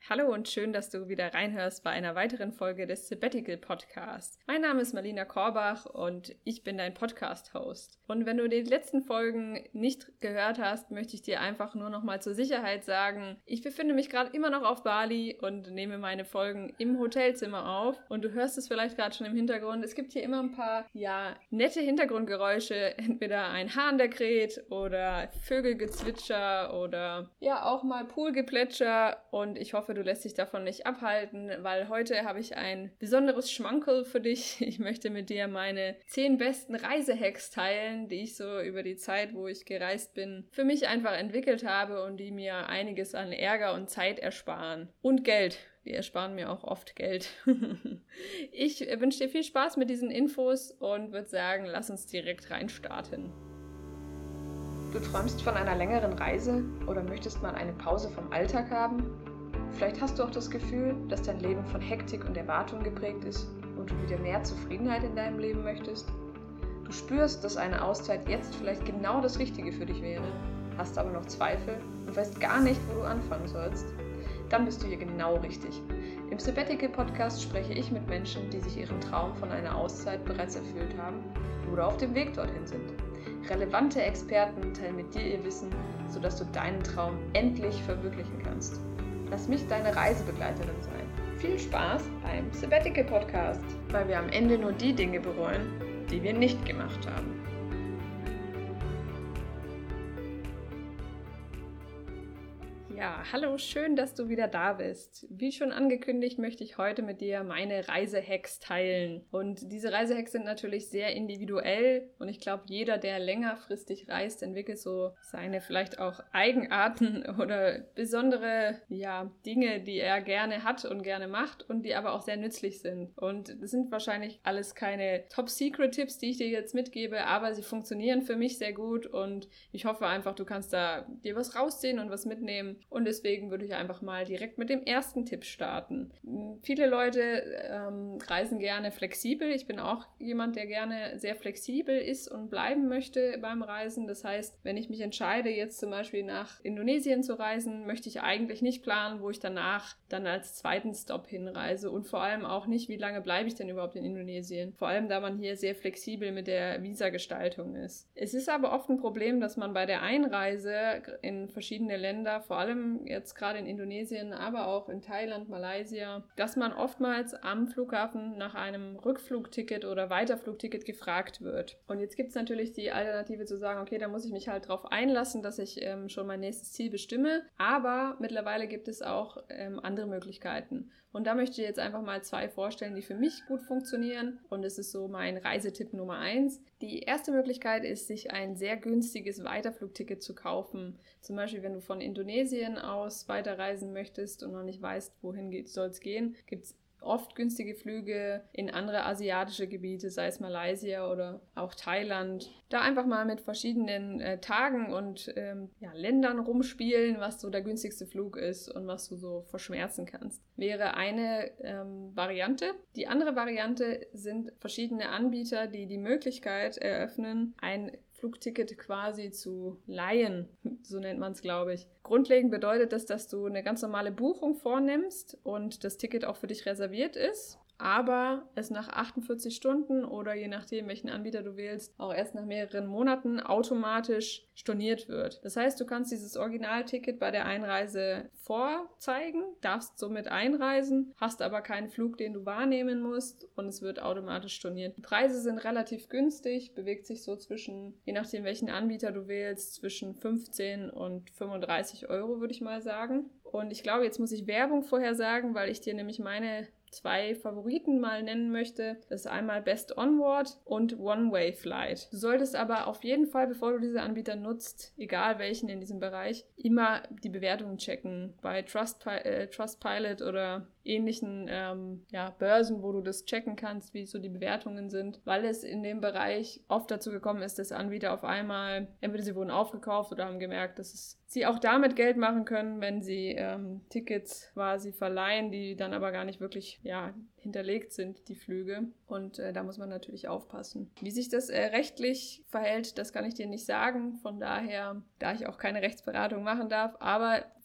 Hallo und schön, dass du wieder reinhörst bei einer weiteren Folge des Sabbatical Podcasts. Mein Name ist Marlina Korbach und ich bin dein Podcast-Host. Und wenn du die letzten Folgen nicht gehört hast, möchte ich dir einfach nur noch mal zur Sicherheit sagen, ich befinde mich gerade immer noch auf Bali und nehme meine Folgen im Hotelzimmer auf. Und du hörst es vielleicht gerade schon im Hintergrund. Es gibt hier immer ein paar, nette Hintergrundgeräusche. Entweder ein Hahn, der kräht oder Vögelgezwitscher oder auch mal Poolgeplätscher. Und ich hoffe, du lässt dich davon nicht abhalten, weil heute habe ich ein besonderes Schmankerl für dich. Ich möchte mit dir meine 10 besten Reisehacks teilen, die ich so über die Zeit, wo ich gereist bin, für mich einfach entwickelt habe und die mir einiges an Ärger und Zeit ersparen. Und Geld. Die ersparen mir auch oft Geld. Ich wünsche dir viel Spaß mit diesen Infos und würde sagen, lass uns direkt reinstarten. Du träumst von einer längeren Reise oder möchtest mal eine Pause vom Alltag haben? Vielleicht hast du auch das Gefühl, dass dein Leben von Hektik und Erwartung geprägt ist und du wieder mehr Zufriedenheit in deinem Leben möchtest. Du spürst, dass eine Auszeit jetzt vielleicht genau das Richtige für dich wäre, hast aber noch Zweifel und weißt gar nicht, wo du anfangen sollst. Dann bist du hier genau richtig. Im Sabbatical Podcast spreche ich mit Menschen, die sich ihren Traum von einer Auszeit bereits erfüllt haben oder auf dem Weg dorthin sind. Relevante Experten teilen mit dir ihr Wissen, sodass du deinen Traum endlich verwirklichen kannst. Lass mich deine Reisebegleiterin sein. Viel Spaß beim Sabbatical Podcast, weil wir am Ende nur die Dinge bereuen, die wir nicht gemacht haben. Ja, hallo, schön, dass du wieder da bist. Wie schon angekündigt, möchte ich heute mit dir meine Reisehacks teilen. Und diese Reisehacks sind natürlich sehr individuell und ich glaube, jeder, der längerfristig reist, entwickelt so seine vielleicht auch Eigenarten oder besondere Dinge, die er gerne hat und gerne macht und die aber auch sehr nützlich sind. Und das sind wahrscheinlich alles keine Top-Secret-Tipps, die ich dir jetzt mitgebe, aber sie funktionieren für mich sehr gut und ich hoffe einfach, du kannst da dir was rausziehen und was mitnehmen. Und deswegen würde ich einfach mal direkt mit dem ersten Tipp starten. Viele Leute reisen gerne flexibel. Ich bin auch jemand, der gerne sehr flexibel ist und bleiben möchte beim Reisen. Das heißt, wenn ich mich entscheide, jetzt zum Beispiel nach Indonesien zu reisen, möchte ich eigentlich nicht planen, wo ich danach dann als zweiten Stop hinreise und vor allem auch nicht, wie lange bleibe ich denn überhaupt in Indonesien. Vor allem, da man hier sehr flexibel mit der Visagestaltung ist. Es ist aber oft ein Problem, dass man bei der Einreise in verschiedene Länder, vor allem jetzt gerade in Indonesien, aber auch in Thailand, Malaysia, dass man oftmals am Flughafen nach einem Rückflugticket oder Weiterflugticket gefragt wird. Und jetzt gibt es natürlich die Alternative zu sagen, okay, da muss ich mich halt drauf einlassen, dass ich schon mein nächstes Ziel bestimme, aber mittlerweile gibt es auch andere Möglichkeiten. Und da möchte ich jetzt einfach mal 2 vorstellen, die für mich gut funktionieren und es ist so mein Reisetipp Nummer 1. Die erste Möglichkeit ist, sich ein sehr günstiges Weiterflugticket zu kaufen. Zum Beispiel, wenn du von Indonesien aus weiterreisen möchtest und noch nicht weißt, wohin soll es gehen, gibt es oft günstige Flüge in andere asiatische Gebiete, sei es Malaysia oder auch Thailand. Da einfach mal mit verschiedenen Tagen und Ländern rumspielen, was so der günstigste Flug ist und was du so verschmerzen kannst. Wäre eine Variante. Die andere Variante sind verschiedene Anbieter, die die Möglichkeit eröffnen, ein Flugticket quasi zu leihen, so nennt man es, glaube ich. Grundlegend bedeutet das, dass du eine ganz normale Buchung vornimmst und das Ticket auch für dich reserviert ist, aber es nach 48 Stunden oder je nachdem, welchen Anbieter du wählst, auch erst nach mehreren Monaten automatisch storniert wird. Das heißt, du kannst dieses Originalticket bei der Einreise vorzeigen, darfst somit einreisen, hast aber keinen Flug, den du wahrnehmen musst und es wird automatisch storniert. Die Preise sind relativ günstig, bewegt sich so zwischen, je nachdem welchen Anbieter du wählst, zwischen 15 und 35 Euro, würde ich mal sagen. Und ich glaube, jetzt muss ich Werbung vorher sagen, weil ich dir nämlich meine 2 Favoriten mal nennen möchte. Das ist einmal Best Onward und One-Way Flight. Du solltest aber auf jeden Fall, bevor du diese Anbieter nutzt, egal welchen in diesem Bereich, immer die Bewertungen checken. Bei Trustpilot oder ähnlichen Börsen, wo du das checken kannst, wie so die Bewertungen sind, weil es in dem Bereich oft dazu gekommen ist, dass Anbieter auf einmal, entweder sie wurden aufgekauft oder haben gemerkt, dass sie auch damit Geld machen können, wenn sie Tickets quasi verleihen, die dann aber gar nicht wirklich hinterlegt sind, die Flüge. Und da muss man natürlich aufpassen. Wie sich das rechtlich verhält, das kann ich dir nicht sagen. Von daher, da ich auch keine Rechtsberatung machen darf, aber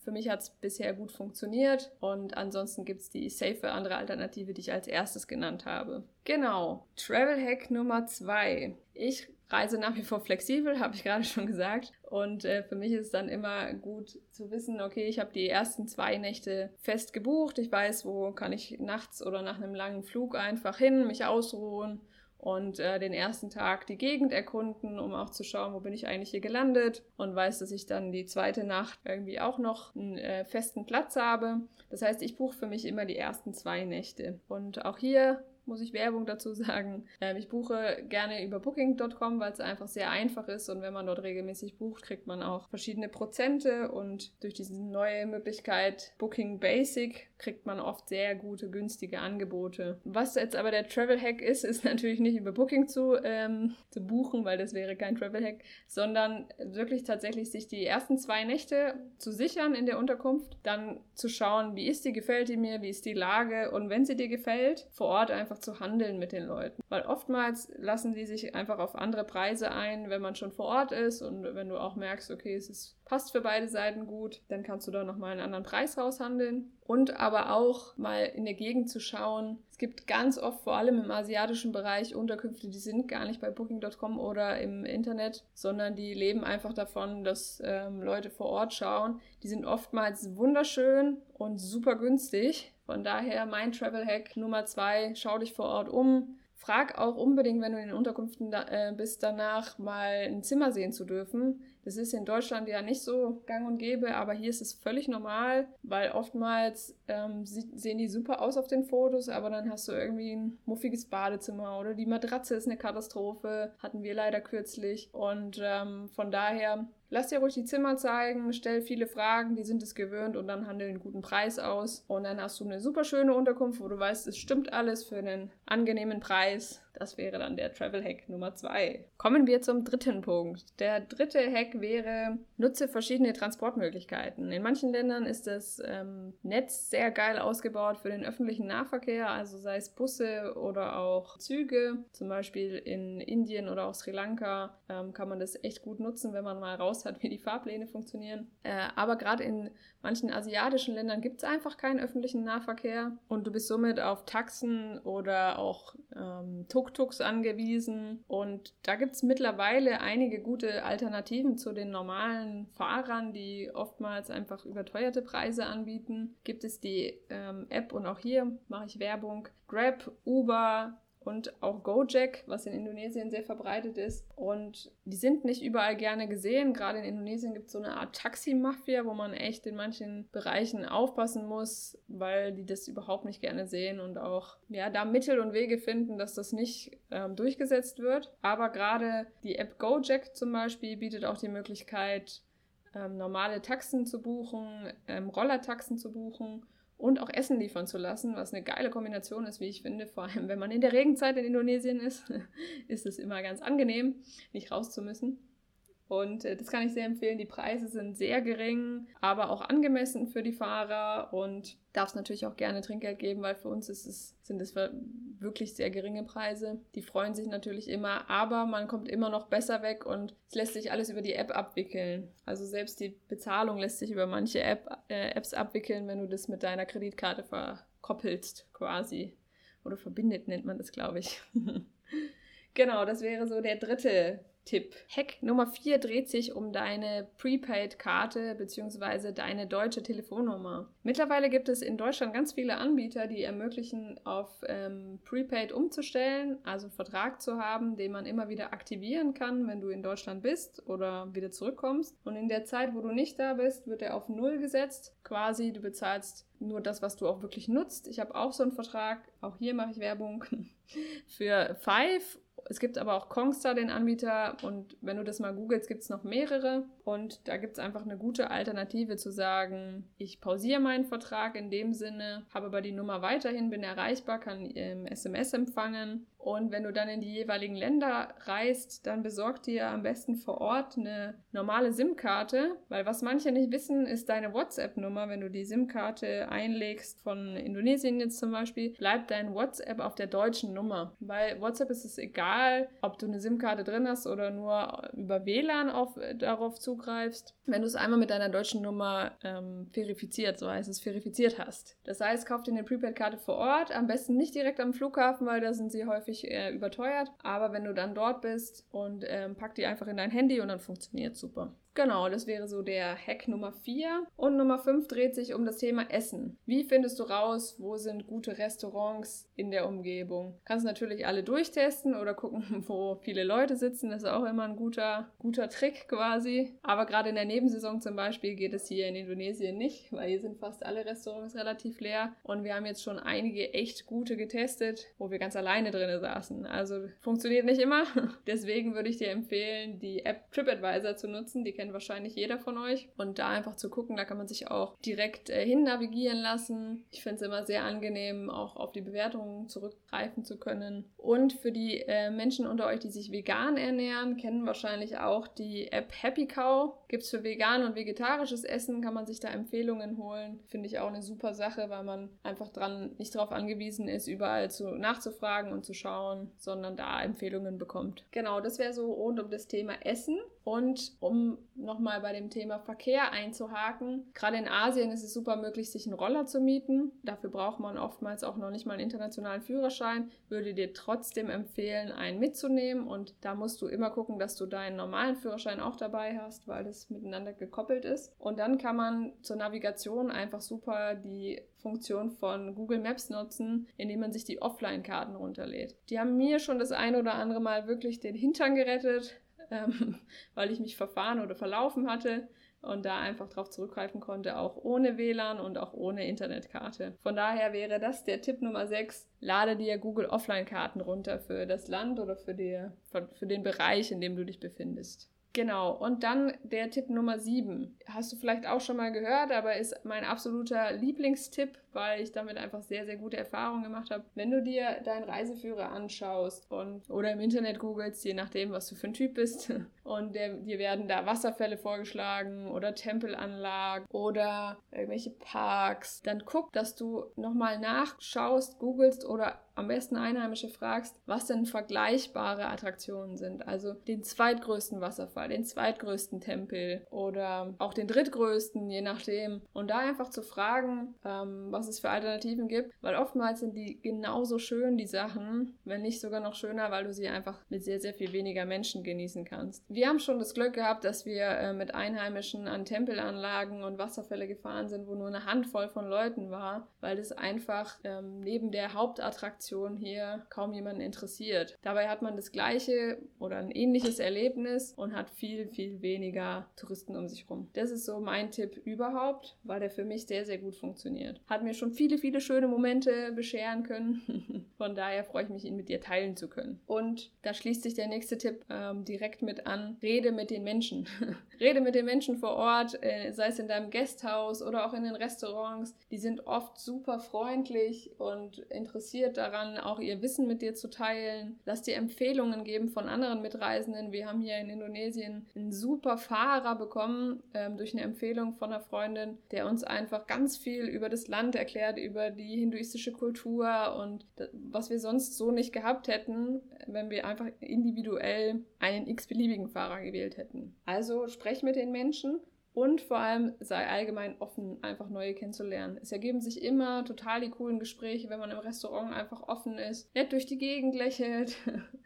Für mich hat es bisher gut funktioniert und ansonsten gibt es die safe andere Alternative, die ich als erstes genannt habe. Genau, Travel Hack Nummer 2. Ich reise nach wie vor flexibel, habe ich gerade schon gesagt. Und für mich ist es dann immer gut zu wissen, okay, ich habe die ersten 2 Nächte fest gebucht. Ich weiß, wo kann ich nachts oder nach einem langen Flug einfach hin, mich ausruhen und den ersten Tag die Gegend erkunden, um auch zu schauen, wo bin ich eigentlich hier gelandet, und weiß, dass ich dann die zweite Nacht irgendwie auch noch einen festen Platz habe. Das heißt, ich buche für mich immer die ersten 2 Nächte. Und auch hier muss ich Werbung dazu sagen. Ich buche gerne über Booking.com, weil es einfach sehr einfach ist, und wenn man dort regelmäßig bucht, kriegt man auch verschiedene Prozente, und durch diese neue Möglichkeit Booking Basic kriegt man oft sehr gute, günstige Angebote. Was jetzt aber der Travel Hack ist natürlich nicht über Booking zu buchen, weil das wäre kein Travel Hack, sondern wirklich tatsächlich sich die ersten 2 Nächte zu sichern in der Unterkunft, dann zu schauen, wie ist die, gefällt die mir, wie ist die Lage, und wenn sie dir gefällt, vor Ort einfach zu handeln mit den Leuten. Weil oftmals lassen die sich einfach auf andere Preise ein, wenn man schon vor Ort ist, und wenn du auch merkst, okay, passt für beide Seiten gut, dann kannst du da nochmal einen anderen Preis raushandeln. Und aber auch mal in der Gegend zu schauen. Es gibt ganz oft, vor allem im asiatischen Bereich, Unterkünfte, die sind gar nicht bei Booking.com oder im Internet, sondern die leben einfach davon, dass Leute vor Ort schauen. Die sind oftmals wunderschön und super günstig. Von daher mein Travel Hack Nummer 2, schau dich vor Ort um. Frag auch unbedingt, wenn du in den Unterkünften bist, danach mal ein Zimmer sehen zu dürfen. Das ist in Deutschland ja nicht so gang und gäbe, aber hier ist es völlig normal, weil oftmals sehen die super aus auf den Fotos, aber dann hast du irgendwie ein muffiges Badezimmer oder die Matratze ist eine Katastrophe, hatten wir leider kürzlich. Und von daher, lass dir ruhig die Zimmer zeigen, stell viele Fragen, die sind es gewöhnt, und dann handel einen guten Preis aus. Und dann hast du eine super schöne Unterkunft, wo du weißt, es stimmt alles für einen angenehmen Preis. Das wäre dann der Travel Hack Nummer 2. Kommen wir zum 3. Punkt. Der 3. Hack wäre, nutze verschiedene Transportmöglichkeiten. In manchen Ländern ist das Netz sehr geil ausgebaut für den öffentlichen Nahverkehr, also sei es Busse oder auch Züge. Zum Beispiel in Indien oder auch Sri Lanka kann man das echt gut nutzen, wenn man mal raus hat, wie die Fahrpläne funktionieren. Aber gerade in manchen asiatischen Ländern gibt es einfach keinen öffentlichen Nahverkehr, und du bist somit auf Taxen oder auch Tuk-Tuks angewiesen, und da gibt es mittlerweile einige gute Alternativen zu den normalen Fahrern, die oftmals einfach überteuerte Preise anbieten. Gibt es die App, und auch hier mache ich Werbung, Grab, Uber und auch Gojek, was in Indonesien sehr verbreitet ist. Und die sind nicht überall gerne gesehen. Gerade in Indonesien gibt es so eine Art Taxi-Mafia, wo man echt in manchen Bereichen aufpassen muss, weil die das überhaupt nicht gerne sehen und auch da Mittel und Wege finden, dass das nicht durchgesetzt wird. Aber gerade die App Gojek zum Beispiel bietet auch die Möglichkeit, normale Taxen zu buchen, Rollertaxen zu buchen und auch Essen liefern zu lassen, was eine geile Kombination ist, wie ich finde. Vor allem, wenn man in der Regenzeit in Indonesien ist, ist es immer ganz angenehm, nicht raus zu müssen. Und das kann ich sehr empfehlen. Die Preise sind sehr gering, aber auch angemessen für die Fahrer, und darf es natürlich auch gerne Trinkgeld geben, weil für uns sind es wirklich sehr geringe Preise. Die freuen sich natürlich immer, aber man kommt immer noch besser weg, und es lässt sich alles über die App abwickeln. Also selbst die Bezahlung lässt sich über manche Apps abwickeln, wenn du das mit deiner Kreditkarte verkoppelst quasi. Oder verbindet nennt man das, glaube ich. Genau, das wäre so der 3. Tipp. Hack Nummer 4 dreht sich um deine Prepaid-Karte bzw. deine deutsche Telefonnummer. Mittlerweile gibt es in Deutschland ganz viele Anbieter, die ermöglichen, auf Prepaid umzustellen, also einen Vertrag zu haben, den man immer wieder aktivieren kann, wenn du in Deutschland bist oder wieder zurückkommst. Und in der Zeit, wo du nicht da bist, wird er auf 0 gesetzt. Quasi, du bezahlst nur das, was du auch wirklich nutzt. Ich habe auch so einen Vertrag, auch hier mache ich Werbung, für Five. Es gibt aber auch Kongstar, den Anbieter, und wenn du das mal googelst, gibt es noch mehrere, und da gibt es einfach eine gute Alternative zu sagen, ich pausiere meinen Vertrag in dem Sinne, habe aber die Nummer weiterhin, bin erreichbar, kann SMS empfangen Und wenn du dann in die jeweiligen Länder reist, dann besorg dir am besten vor Ort eine normale SIM-Karte, weil was manche nicht wissen, ist deine WhatsApp-Nummer. Wenn du die SIM-Karte einlegst von Indonesien jetzt zum Beispiel, bleibt dein WhatsApp auf der deutschen Nummer. Bei WhatsApp ist es egal, ob du eine SIM-Karte drin hast oder nur über WLAN darauf zugreifst, wenn du es einmal mit deiner deutschen Nummer verifiziert, so heißt es, verifiziert hast. Das heißt, kauf dir eine Prepaid-Karte vor Ort, am besten nicht direkt am Flughafen, weil da sind sie häufig überteuert. Aber wenn du dann dort bist und pack die einfach in dein Handy und dann funktioniert super. Genau, das wäre so der Hack Nummer 4. Und Nummer 5 dreht sich um das Thema Essen. Wie findest du raus, wo sind gute Restaurants in der Umgebung? Kannst natürlich alle durchtesten oder gucken, wo viele Leute sitzen. Das ist auch immer ein guter Trick quasi. Aber gerade in der Nebensaison zum Beispiel geht es hier in Indonesien nicht, weil hier sind fast alle Restaurants relativ leer. Und wir haben jetzt schon einige echt gute getestet, wo wir ganz alleine drin saßen. Also funktioniert nicht immer. Deswegen würde ich dir empfehlen, die App TripAdvisor zu nutzen. Die kennt wahrscheinlich jeder von euch. Und da einfach zu gucken, da kann man sich auch direkt hin navigieren lassen. Ich finde es immer sehr angenehm, auch auf die Bewertungen zurückgreifen zu können. Und für die Menschen unter euch, die sich vegan ernähren, kennen wahrscheinlich auch die App Happy Cow. Gibt es für vegan und vegetarisches Essen, kann man sich da Empfehlungen holen. Finde ich auch eine super Sache, weil man einfach nicht darauf angewiesen ist, überall nachzufragen und zu schauen, sondern da Empfehlungen bekommt. Genau, das wäre so rund um das Thema Essen. Und um nochmal bei dem Thema Verkehr einzuhaken, gerade in Asien ist es super möglich, sich einen Roller zu mieten. Dafür braucht man oftmals auch noch nicht mal einen internationalen Führerschein. Würde dir trotzdem empfehlen, einen mitzunehmen. Und da musst du immer gucken, dass du deinen normalen Führerschein auch dabei hast, weil das miteinander gekoppelt ist. Und dann kann man zur Navigation einfach super die Funktion von Google Maps nutzen, indem man sich die Offline-Karten runterlädt. Die haben mir schon das ein oder andere Mal wirklich den Hintern gerettet, weil ich mich verfahren oder verlaufen hatte und da einfach drauf zurückgreifen konnte, auch ohne WLAN und auch ohne Internetkarte. Von daher wäre das der Tipp Nummer 6. Lade dir Google Offline-Karten runter für das Land oder für den Bereich, in dem du dich befindest. Genau, und dann der Tipp Nummer 7. Hast du vielleicht auch schon mal gehört, aber ist mein absoluter Lieblingstipp, weil ich damit einfach sehr, sehr gute Erfahrungen gemacht habe. Wenn du dir deinen Reiseführer anschaust oder im Internet googelst, je nachdem, was du für ein Typ bist, und dir werden da Wasserfälle vorgeschlagen oder Tempelanlagen oder irgendwelche Parks, dann guck, dass du nochmal nachschaust, googelst oder am besten Einheimische fragst, was denn vergleichbare Attraktionen sind. Also den zweitgrößten Wasserfall, den zweitgrößten Tempel oder auch den drittgrößten, je nachdem. Und da einfach zu fragen, was es für Alternativen gibt, weil oftmals sind die genauso schön, die Sachen, wenn nicht sogar noch schöner, weil du sie einfach mit sehr, sehr viel weniger Menschen genießen kannst. Wir haben schon das Glück gehabt, dass wir mit Einheimischen an Tempelanlagen und Wasserfälle gefahren sind, wo nur eine Handvoll von Leuten war, weil das einfach neben der Hauptattraktion hier kaum jemanden interessiert. Dabei hat man das gleiche oder ein ähnliches Erlebnis und hat viel, viel weniger Touristen um sich rum. Das ist so mein Tipp überhaupt, weil der für mich sehr, sehr gut funktioniert. Hat mir schon viele, viele schöne Momente bescheren können. Von daher freue ich mich, ihn mit dir teilen zu können. Und da schließt sich der nächste Tipp direkt mit an. Rede mit den Menschen. Rede mit den Menschen vor Ort, sei es in deinem Gasthaus oder auch in den Restaurants. Die sind oft super freundlich und interessiert daran, auch ihr Wissen mit dir zu teilen. Lass dir Empfehlungen geben von anderen Mitreisenden. Wir haben hier in Indonesien einen super Fahrer bekommen, durch eine Empfehlung von einer Freundin, der uns einfach ganz viel über das Land erklärt, über die hinduistische Kultur und was wir sonst so nicht gehabt hätten, wenn wir einfach individuell einen x-beliebigen Fahrer gewählt hätten. Also sprech mit den Menschen. Und vor allem sei allgemein offen, einfach neue kennenzulernen. Es ergeben sich immer total die coolen Gespräche, wenn man im Restaurant einfach offen ist, nett durch die Gegend lächelt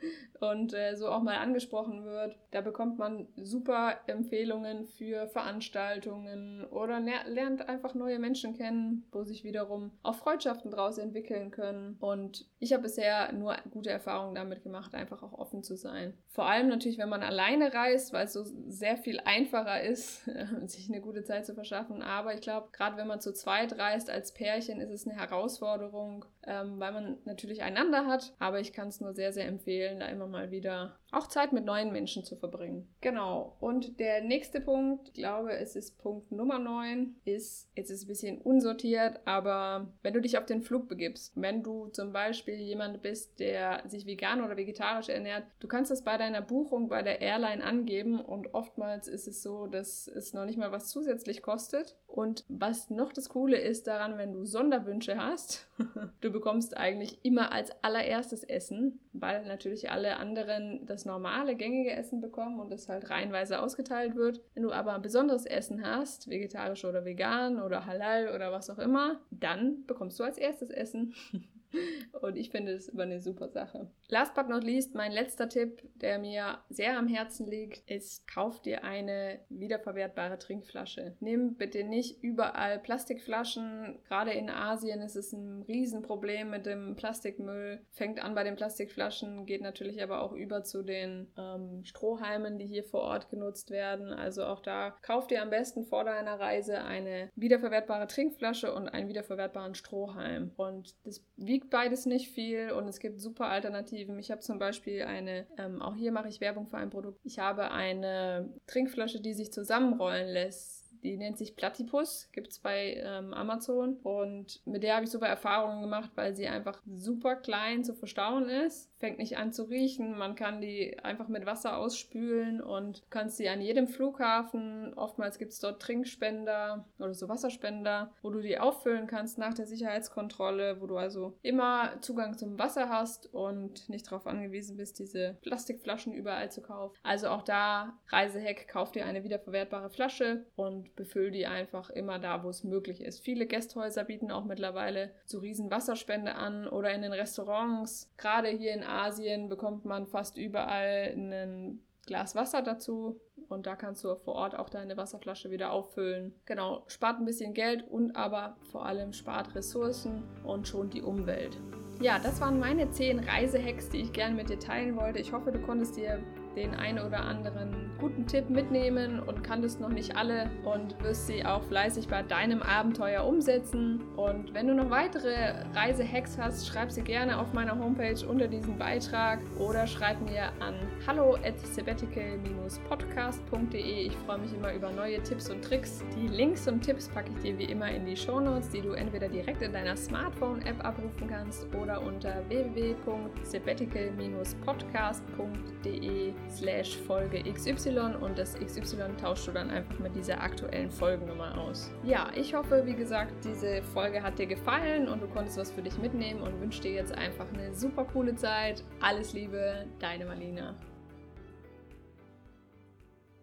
und so auch mal angesprochen wird. Da bekommt man super Empfehlungen für Veranstaltungen oder lernt einfach neue Menschen kennen, wo sich wiederum auch Freundschaften draus entwickeln können. Und ich habe bisher nur gute Erfahrungen damit gemacht, einfach auch offen zu sein. Vor allem natürlich, wenn man alleine reist, weil es so sehr viel einfacher ist, sich eine gute Zeit zu verschaffen. Aber ich glaube, gerade wenn man zu zweit reist als Pärchen, ist es eine Herausforderung, weil man natürlich einander hat. Aber ich kann es nur sehr, sehr empfehlen, da immer mal wieder auch Zeit mit neuen Menschen zu verbringen. Genau. Und der nächste Punkt, ich glaube, es ist Punkt Nummer 9, ist, jetzt ist es ein bisschen unsortiert, aber wenn du dich auf den Flug begibst, wenn du zum Beispiel jemand bist, der sich vegan oder vegetarisch ernährt, du kannst das bei deiner Buchung bei der Airline angeben und oftmals ist es so, dass es noch nicht mal was zusätzlich kostet. Und was noch das Coole ist daran, wenn du Sonderwünsche hast, du bekommst eigentlich immer als allererstes Essen, weil natürlich alle anderen das normale, gängige Essen bekommen und das halt reihenweise ausgeteilt wird. Wenn du aber ein besonderes Essen hast, vegetarisch oder vegan oder halal oder was auch immer, dann bekommst du als erstes Essen. Und ich finde das immer eine super Sache. Last but not least, mein letzter Tipp, der mir sehr am Herzen liegt, ist, kauf dir eine wiederverwertbare Trinkflasche. Nimm bitte nicht überall Plastikflaschen. Gerade in Asien ist es ein Riesenproblem mit dem Plastikmüll. Fängt an bei den Plastikflaschen, geht natürlich aber auch über zu den Strohhalmen, die hier vor Ort genutzt werden. Also auch da, kauf dir am besten vor deiner Reise eine wiederverwertbare Trinkflasche und einen wiederverwertbaren Strohhalm. Und das wiegt beides nicht viel und es gibt super Alternativen. Ich habe zum Beispiel auch hier mache ich Werbung für ein Produkt. Ich habe eine Trinkflasche, die sich zusammenrollen lässt. Die nennt sich Platypus, gibt es bei Amazon und mit der habe ich super Erfahrungen gemacht, weil sie einfach super klein zu verstauen ist, fängt nicht an zu riechen, man kann die einfach mit Wasser ausspülen und du kannst sie an jedem Flughafen, oftmals gibt es dort Trinkspender oder so Wasserspender, wo du die auffüllen kannst nach der Sicherheitskontrolle, wo du also immer Zugang zum Wasser hast und nicht darauf angewiesen bist, diese Plastikflaschen überall zu kaufen. Also auch da, Reisehack, kauf dir eine wiederverwertbare Flasche und befüll die einfach immer da, wo es möglich ist. Viele Gästhäuser bieten auch mittlerweile so riesen Wasserspende an oder in den Restaurants. Gerade hier in Asien bekommt man fast überall ein Glas Wasser dazu und da kannst du vor Ort auch deine Wasserflasche wieder auffüllen. Genau, spart ein bisschen Geld und aber vor allem spart Ressourcen und schont die Umwelt. Ja, das waren meine 10 Reisehacks, die ich gerne mit dir teilen wollte. Ich hoffe, du konntest dir den einen oder anderen guten Tipp mitnehmen und kanntest noch nicht alle und wirst sie auch fleißig bei deinem Abenteuer umsetzen. Und wenn du noch weitere Reisehacks hast, schreib sie gerne auf meiner Homepage unter diesem Beitrag oder schreib mir an hallo@sabbatical-podcast.de. Ich freue mich immer über neue Tipps und Tricks. Die Links und Tipps packe ich dir wie immer in die Shownotes, die du entweder direkt in deiner Smartphone-App abrufen kannst oder unter www.sabbatical-podcast.de/Folge XY und das XY tauschst du dann einfach mit dieser aktuellen Folgennummer aus. Ja, ich hoffe, wie gesagt, diese Folge hat dir gefallen und du konntest was für dich mitnehmen und wünsche dir jetzt einfach eine super coole Zeit. Alles Liebe, deine Marlina.